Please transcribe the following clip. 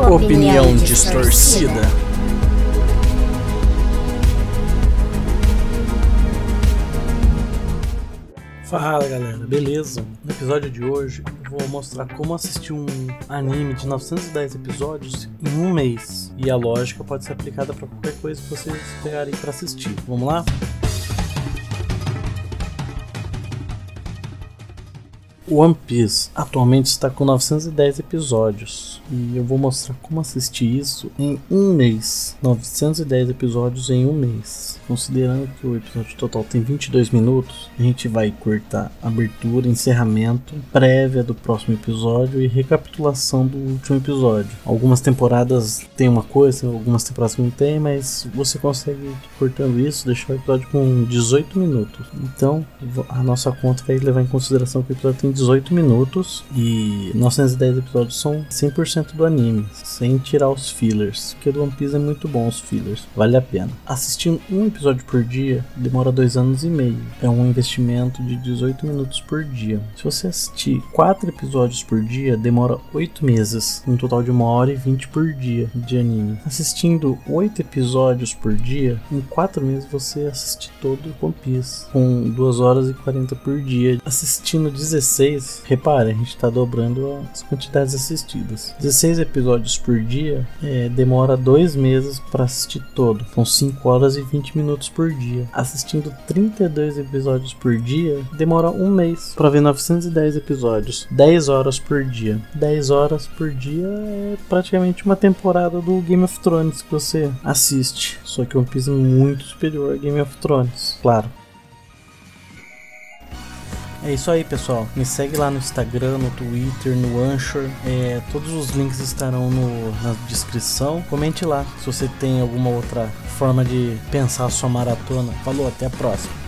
Opinião distorcida. Fala galera, beleza? No episódio de hoje eu vou mostrar como assistir um anime de 910 episódios em um mês. E a lógica pode ser aplicada para qualquer coisa que vocês pegarem para assistir. Vamos lá? One Piece atualmente está com 910 episódios e eu vou mostrar como assistir isso em um mês. 910 episódios em um mês. Considerando que o episódio total tem 22 minutos, a gente vai cortar abertura, encerramento, prévia do próximo episódio e recapitulação do último episódio. Algumas temporadas tem uma coisa, algumas temporadas não tem, mas você consegue cortando isso, deixar o episódio com 18 minutos. Então a nossa conta vai levar em consideração que o episódio tem 18 minutos e 910 episódios são 100% do anime, sem tirar os fillers, porque do One Piece é muito bom os fillers, vale a pena. Assistindo um episódio por dia demora 2 anos e meio, é um investimento de 18 minutos por dia. Se você assistir 4 episódios por dia, demora 8 meses, um total de 1 hora e 20 por dia de anime. Assistindo 8 episódios por dia, em 4 meses você assiste todo o One Piece, com 2 horas e 40 por dia. Assistindo 16, repare, a gente está dobrando as quantidades assistidas. 16 episódios por dia demora 2 meses para assistir todo. São 5 horas e 20 minutos por dia. Assistindo 32 episódios por dia, demora um mês para ver 910 episódios. 10 horas por dia. 10 horas por dia é praticamente uma temporada do Game of Thrones que você assiste. Só que One Piece é muito superior a Game of Thrones, claro. É isso aí, pessoal. Me segue lá no Instagram, no Twitter, no Anchor. Todos os links estarão na descrição. Comente lá se você tem alguma outra forma de pensar a sua maratona. Falou, até a próxima.